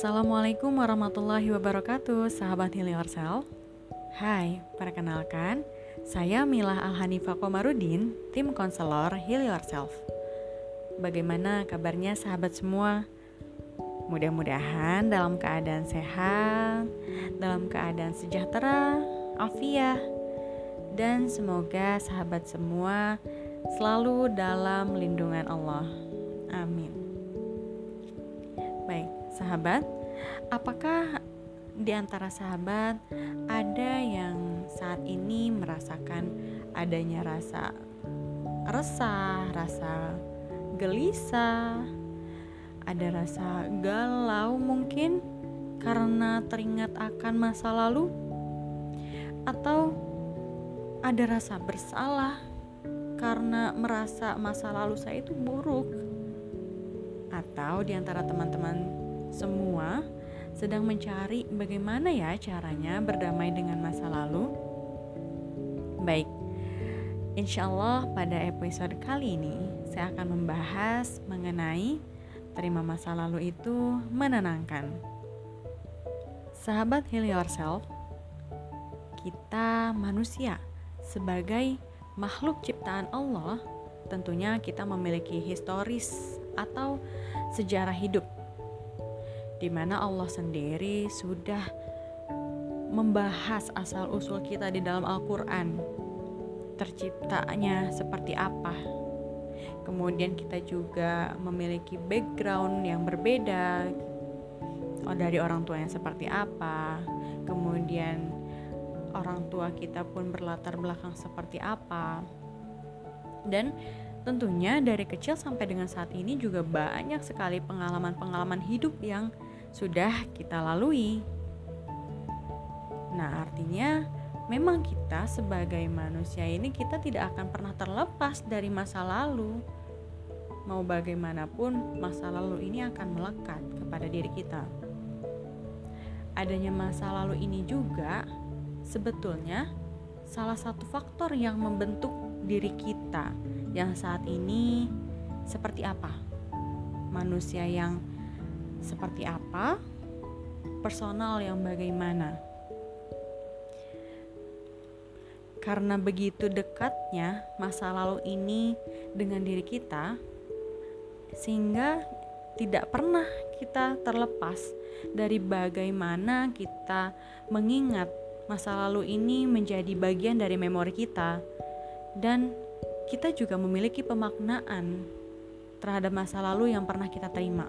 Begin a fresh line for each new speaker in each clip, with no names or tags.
Assalamualaikum warahmatullahi wabarakatuh, sahabat Heal Yourself. Hai, perkenalkan, saya Milah Alhanifah Komarudin, tim konselor Heal Yourself. Bagaimana kabarnya sahabat semua? Mudah-mudahan dalam keadaan sehat, dalam keadaan sejahtera, afiah, dan semoga sahabat semua selalu dalam lindungan Allah. Amin. Baik, sahabat, apakah di antara sahabat ada yang saat ini merasakan adanya rasa resah, rasa gelisah, ada rasa galau mungkin karena teringat akan masa lalu? Atau ada rasa bersalah karena merasa masa lalu saya itu buruk? Atau di antara teman-teman semua sedang mencari bagaimana ya caranya berdamai dengan masa lalu? Baik, insya Allah pada episode kali ini saya akan membahas mengenai terima masa lalu itu menenangkan. Sahabat Heal Yourself, kita manusia sebagai makhluk ciptaan Allah, tentunya kita memiliki historis atau sejarah hidup di mana Allah sendiri sudah membahas asal-usul kita di dalam Al-Quran, terciptanya seperti apa. Kemudian kita juga memiliki background yang berbeda, dari orang tua yang seperti apa, kemudian orang tua kita pun berlatar belakang seperti apa. Dan tentunya dari kecil sampai dengan saat ini juga banyak sekali pengalaman-pengalaman hidup yang sudah kita lalui. Nah, artinya memang kita sebagai manusia ini kita tidak akan pernah terlepas dari masa lalu. Mau bagaimanapun masa lalu ini akan melekat kepada diri kita. Adanya masa lalu ini juga sebetulnya salah satu faktor yang membentuk diri kita yang saat ini seperti apa, manusia yang seperti apa, personal yang bagaimana. Karena begitu dekatnya masa lalu ini dengan diri kita, sehingga tidak pernah kita terlepas dari bagaimana kita mengingat masa lalu ini menjadi bagian dari memori kita. Dan kita juga memiliki pemaknaan terhadap masa lalu yang pernah kita terima.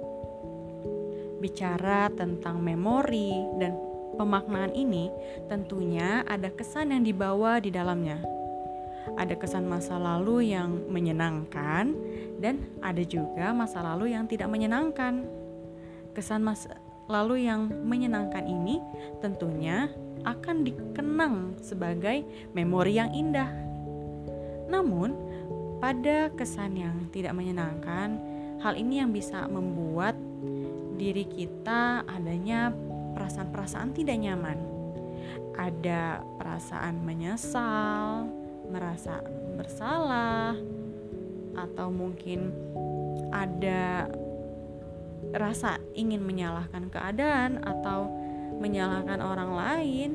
Bicara tentang memori dan pemaknaan ini, tentunya ada kesan yang dibawa di dalamnya. Ada kesan masa lalu yang menyenangkan dan ada juga masa lalu yang tidak menyenangkan. Kesan masa lalu yang menyenangkan ini tentunya akan dikenang sebagai memori yang indah. Namun, pada kesan yang tidak menyenangkan, hal ini yang bisa membuat diri kita adanya perasaan-perasaan tidak nyaman. Ada perasaan menyesal, merasa bersalah, atau mungkin ada rasa ingin menyalahkan keadaan atau menyalahkan orang lain.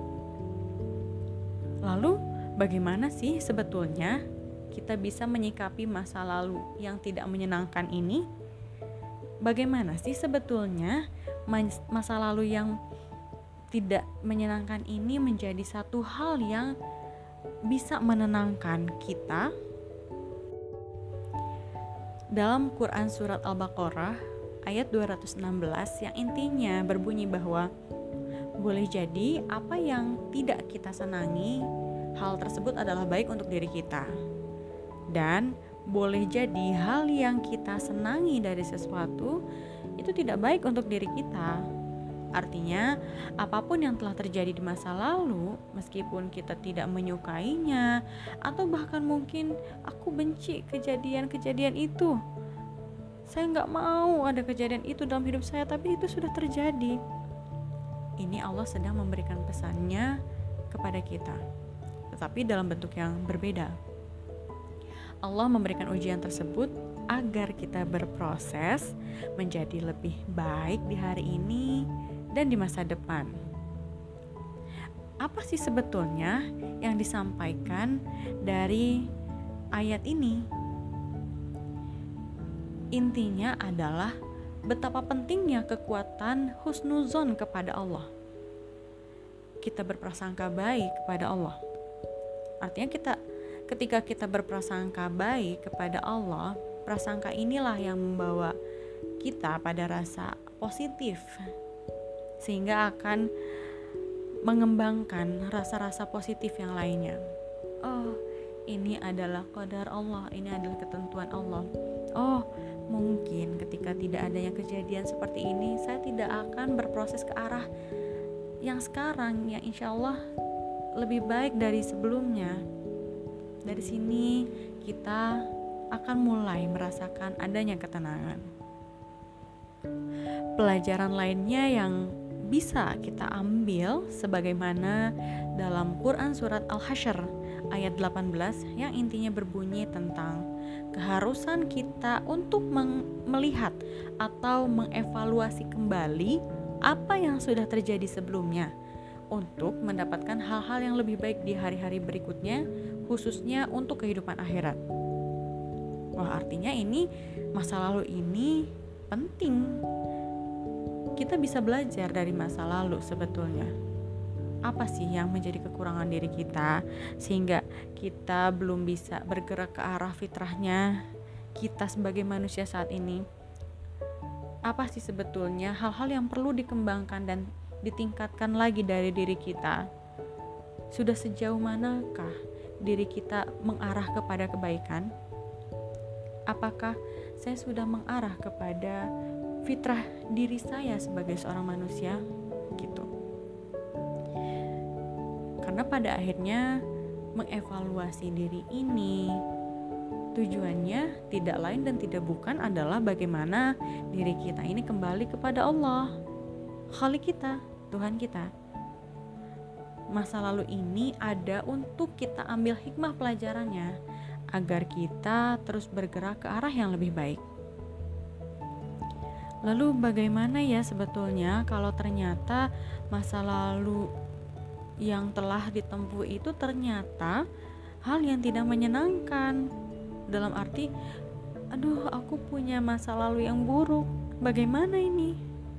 Lalu, bagaimana sih sebetulnya kita bisa menyikapi masa lalu yang tidak menyenangkan ini? Bagaimana sih sebetulnya masa lalu yang tidak menyenangkan ini menjadi satu hal yang bisa menenangkan kita? Dalam Quran Surat Al-Baqarah ayat 216 yang intinya berbunyi bahwa boleh jadi apa yang tidak kita senangi, hal tersebut adalah baik untuk diri kita. Dan boleh jadi hal yang kita senangi dari sesuatu itu tidak baik untuk diri kita. Artinya, apapun yang telah terjadi di masa lalu, meskipun kita tidak menyukainya, atau bahkan mungkin aku benci kejadian-kejadian itu, saya gak mau ada kejadian itu dalam hidup saya, tapi itu sudah terjadi. Ini Allah sedang memberikan pesannya kepada kita, tetapi dalam bentuk yang berbeda. Allah memberikan ujian tersebut agar kita berproses menjadi lebih baik di hari ini dan di masa depan. Apa sih sebetulnya yang disampaikan dari ayat ini? Intinya adalah betapa pentingnya kekuatan husnuzon kepada Allah. Kita berprasangka baik kepada Allah. Artinya ketika kita berprasangka baik kepada Allah, prasangka inilah yang membawa kita pada rasa positif, sehingga akan mengembangkan rasa-rasa positif yang lainnya. Oh, ini adalah qadar Allah, ini adalah ketentuan Allah. Oh, mungkin ketika tidak adanya kejadian seperti ini, saya tidak akan berproses ke arah yang sekarang, yang insya Allah lebih baik dari sebelumnya. Dari sini kita akan mulai merasakan adanya ketenangan. Pelajaran lainnya yang bisa kita ambil sebagaimana dalam Quran surat Al-Hasyr ayat 18 yang intinya berbunyi tentang keharusan kita untuk melihat atau mengevaluasi kembali apa yang sudah terjadi sebelumnya untuk mendapatkan hal-hal yang lebih baik di hari-hari berikutnya, khususnya untuk kehidupan akhirat. Wah, artinya ini masa lalu ini penting. Kita bisa belajar dari masa lalu sebetulnya. Apa sih yang menjadi kekurangan diri kita sehingga kita belum bisa bergerak ke arah fitrahnya kita sebagai manusia saat ini? Apa sih sebetulnya hal-hal yang perlu dikembangkan dan ditingkatkan lagi dari diri kita? Sudah sejauh manakah diri kita mengarah kepada kebaikan? Apakah saya sudah mengarah kepada fitrah diri saya sebagai seorang manusia gitu. Karena pada akhirnya mengevaluasi diri ini tujuannya tidak lain dan tidak bukan adalah bagaimana diri kita ini kembali kepada Allah, Khalik kita, Tuhan kita. Masa lalu ini ada untuk kita ambil hikmah pelajarannya agar kita terus bergerak ke arah yang lebih baik. Lalu bagaimana ya sebetulnya kalau ternyata masa lalu yang telah ditempuh itu ternyata hal yang tidak menyenangkan? Dalam arti, aduh aku punya masa lalu yang buruk, bagaimana ini?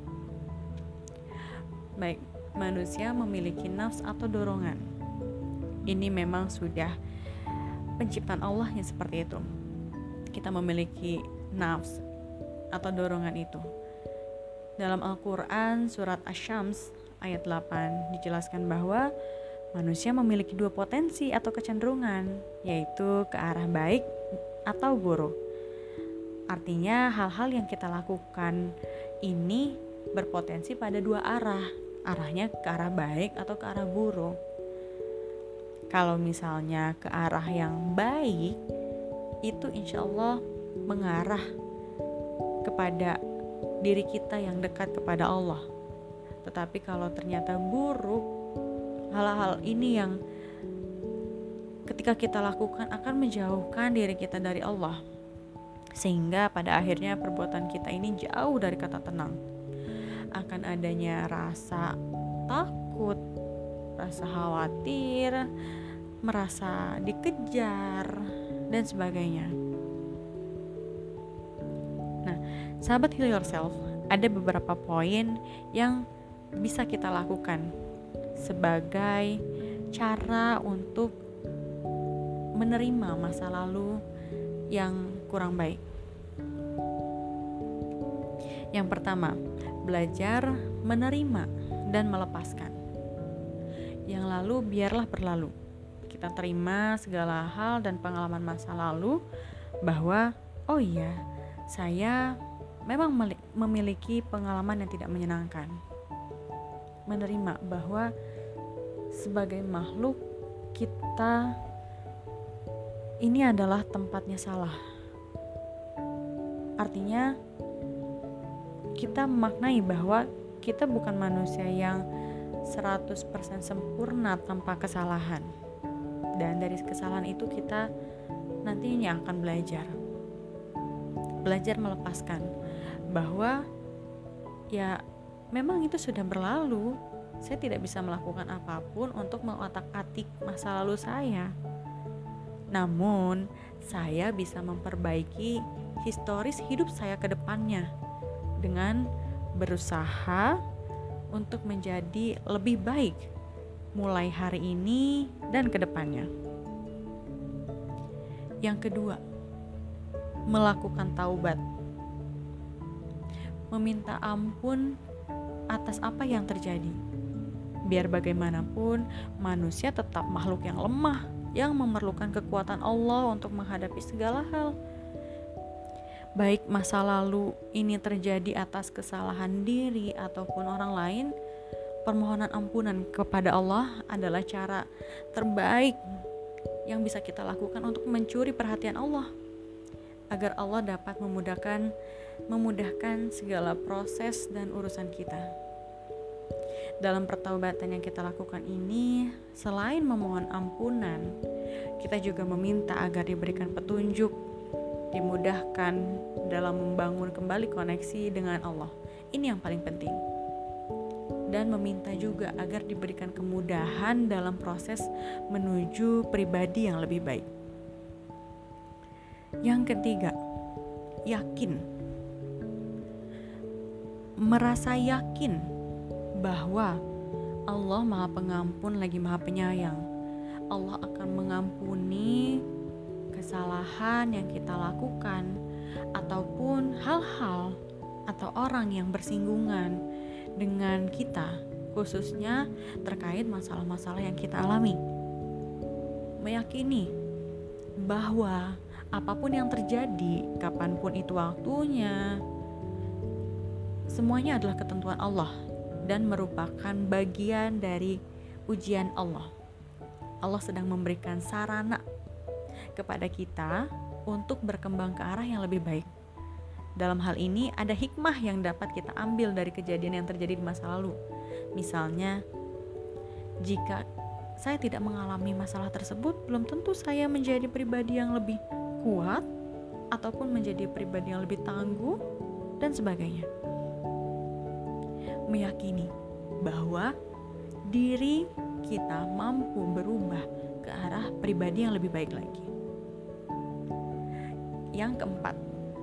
Baik, manusia memiliki nafs atau dorongan. Ini memang sudah penciptaan Allah yang seperti itu. Kita memiliki nafs atau dorongan itu. Dalam Al-Quran surat Asy-Syams ayat 8 dijelaskan bahwa manusia memiliki dua potensi atau kecenderungan, yaitu ke arah baik atau buruk. Artinya hal-hal yang kita lakukan ini berpotensi pada dua arah, arahnya ke arah baik atau ke arah buruk. Kalau misalnya ke arah yang baik, itu insya Allah mengarah kepada diri kita yang dekat kepada Allah. Tetapi kalau ternyata buruk, hal-hal ini yang ketika kita lakukan akan menjauhkan diri kita dari Allah, sehingga pada akhirnya perbuatan kita ini jauh dari kata tenang. Akan adanya rasa takut, rasa khawatir, merasa dikejar, dan sebagainya. Nah, sahabat heal yourself, ada beberapa poin yang bisa kita lakukan sebagai cara untuk menerima masa lalu yang kurang baik. Yang pertama, belajar menerima dan melepaskan. Yang lalu biarlah berlalu. Kita terima segala hal dan pengalaman masa lalu bahwa oh iya, saya memang memiliki pengalaman yang tidak menyenangkan. Menerima bahwa sebagai makhluk kita ini adalah tempatnya salah. Artinya kita memaknai bahwa kita bukan manusia yang 100% sempurna tanpa kesalahan. Dan dari kesalahan itu kita nantinya akan belajar. belajar melepaskan bahwa ya memang itu sudah berlalu. Saya tidak bisa melakukan apapun untuk mengotak-atik masa lalu saya. Namun, saya bisa memperbaiki historis hidup saya ke depannya dengan berusaha untuk menjadi lebih baik mulai hari ini dan ke depannya. Yang kedua, melakukan taubat. Meminta ampun atas apa yang terjadi. Biar bagaimanapun, manusia tetap makhluk yang lemah, yang memerlukan kekuatan Allah untuk menghadapi segala hal. Baik masa lalu ini terjadi atas kesalahan diri ataupun orang lain, permohonan ampunan kepada Allah adalah cara terbaik yang bisa kita lakukan untuk mencuri perhatian Allah, agar Allah dapat memudahkan segala proses dan urusan kita. Dalam pertaubatan yang kita lakukan ini, selain memohon ampunan, kita juga meminta agar diberikan petunjuk, dimudahkan dalam membangun kembali koneksi dengan Allah. Ini yang paling penting. Dan meminta juga agar diberikan kemudahan dalam proses menuju pribadi yang lebih baik. Yang ketiga, yakin. Merasa yakin bahwa Allah Maha Pengampun lagi Maha Penyayang. Allah akan mengampuni kesalahan yang kita lakukan ataupun hal-hal atau orang yang bersinggungan dengan kita, khususnya terkait masalah-masalah yang kita alami. Meyakini bahwa apapun yang terjadi, kapanpun itu waktunya, semuanya adalah ketentuan Allah dan merupakan bagian dari ujian Allah. Allah sedang memberikan sarana kepada kita untuk berkembang ke arah yang lebih baik. Dalam hal ini ada hikmah yang dapat kita ambil dari kejadian yang terjadi di masa lalu. Misalnya, jika saya tidak mengalami masalah tersebut, belum tentu saya menjadi pribadi yang lebih kuat ataupun menjadi pribadi yang lebih tangguh dan sebagainya. Meyakini bahwa diri kita mampu berubah ke arah pribadi yang lebih baik lagi. Yang keempat,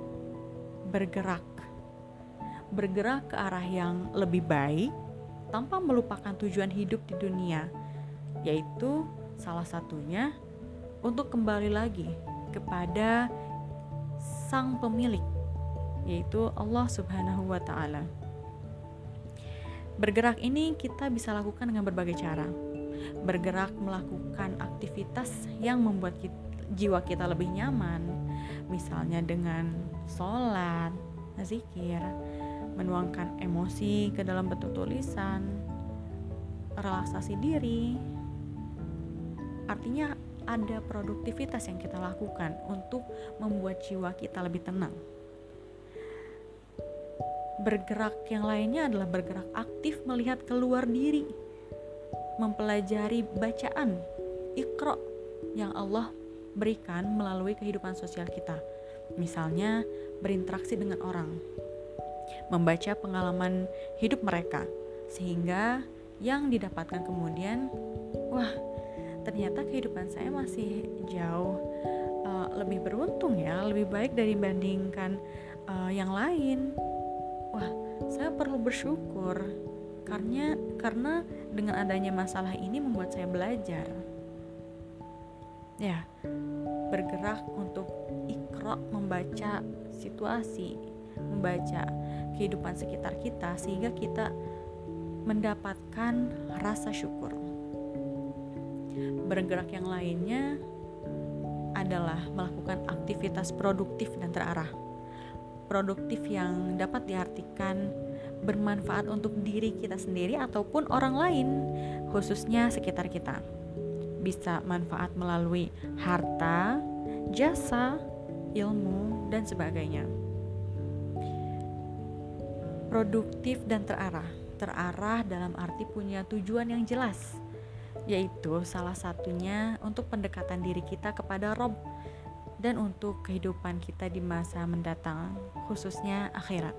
bergerak ke arah yang lebih baik tanpa melupakan tujuan hidup di dunia, yaitu salah satunya untuk kembali lagi kepada sang pemilik, yaitu Allah Subhanahu wa Ta'ala. Bergerak ini kita bisa lakukan dengan berbagai cara. Bergerak melakukan aktivitas yang membuat jiwa kita lebih nyaman, misalnya dengan sholat, zikir, menuangkan emosi ke dalam bentuk tulisan, relaksasi diri. Artinya ada produktivitas yang kita lakukan untuk membuat jiwa kita lebih tenang. Bergerak yang lainnya adalah bergerak aktif melihat keluar diri, mempelajari bacaan, Iqra yang Allah berikan melalui kehidupan sosial kita. Misalnya berinteraksi dengan orang, membaca pengalaman hidup mereka, sehingga yang didapatkan kemudian, wah ternyata kehidupan saya masih jauh lebih beruntung ya, lebih baik dibandingkan yang lain. Wah, saya perlu bersyukur karena dengan adanya masalah ini membuat saya belajar. Ya, bergerak untuk Iqra, membaca situasi, membaca kehidupan sekitar kita sehingga kita mendapatkan rasa syukur. Bergerak yang lainnya adalah melakukan aktivitas produktif dan terarah. Produktif yang dapat diartikan bermanfaat untuk diri kita sendiri ataupun orang lain, khususnya sekitar kita. Bisa manfaat melalui harta, jasa, ilmu, dan sebagainya. Produktif dan terarah. Terarah dalam arti punya tujuan yang jelas, yaitu salah satunya untuk pendekatan diri kita kepada Rob, dan untuk kehidupan kita di masa mendatang, khususnya akhirat.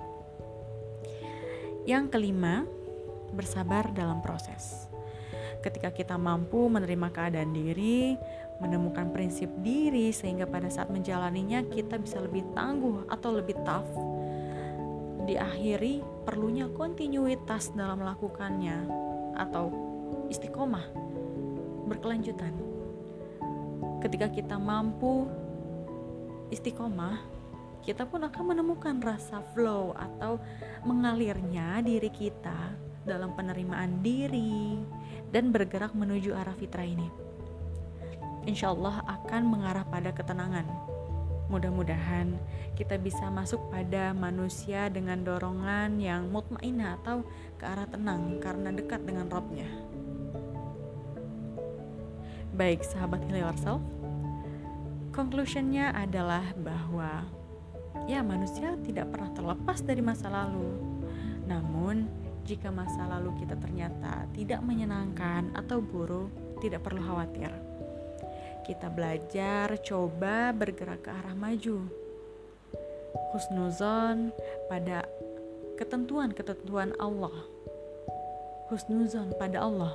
Yang kelima, bersabar dalam proses. Ketika kita mampu menerima keadaan diri, menemukan prinsip diri sehingga pada saat menjalaninya kita bisa lebih tangguh atau lebih tough. Diakhiri perlunya kontinuitas dalam melakukannya atau istiqomah, berkelanjutan. Ketika kita mampu istiqomah, kita pun akan menemukan rasa flow atau mengalirnya diri kita dalam penerimaan diri dan bergerak menuju arah fitrah ini. Insya Allah akan mengarah pada ketenangan. Mudah-mudahan kita bisa masuk pada manusia dengan dorongan yang mutmainah atau ke arah tenang karena dekat dengan Rabb-nya. Baik sahabat Heal Yourself, conclusion-nya adalah bahwa ya manusia tidak pernah terlepas dari masa lalu. Namun jika masa lalu kita ternyata tidak menyenangkan atau buruk, tidak perlu khawatir. Kita belajar, coba bergerak ke arah maju. Husnuzon pada ketentuan-ketentuan Allah. Husnuzon pada Allah.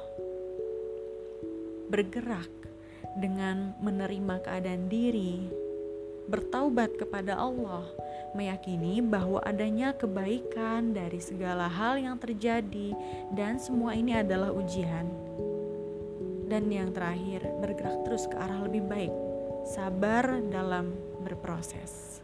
Bergerak dengan menerima keadaan diri, bertaubat kepada Allah, meyakini bahwa adanya kebaikan dari segala hal yang terjadi dan semua ini adalah ujian. Dan yang terakhir, bergerak terus ke arah lebih baik, sabar dalam berproses.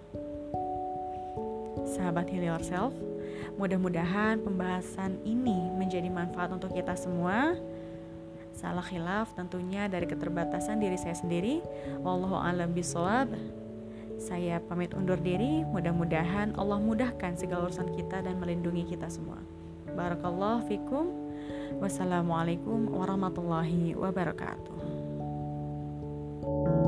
Sahabat Heal Yourself, mudah-mudahan pembahasan ini menjadi manfaat untuk kita semua. Salah khilaf tentunya dari keterbatasan diri saya sendiri. Wallahu a'lam bishawab. Saya pamit undur diri, mudah-mudahan Allah mudahkan segala urusan kita dan melindungi kita semua. Barakallahu fikum. Wassalamualaikum warahmatullahi wabarakatuh.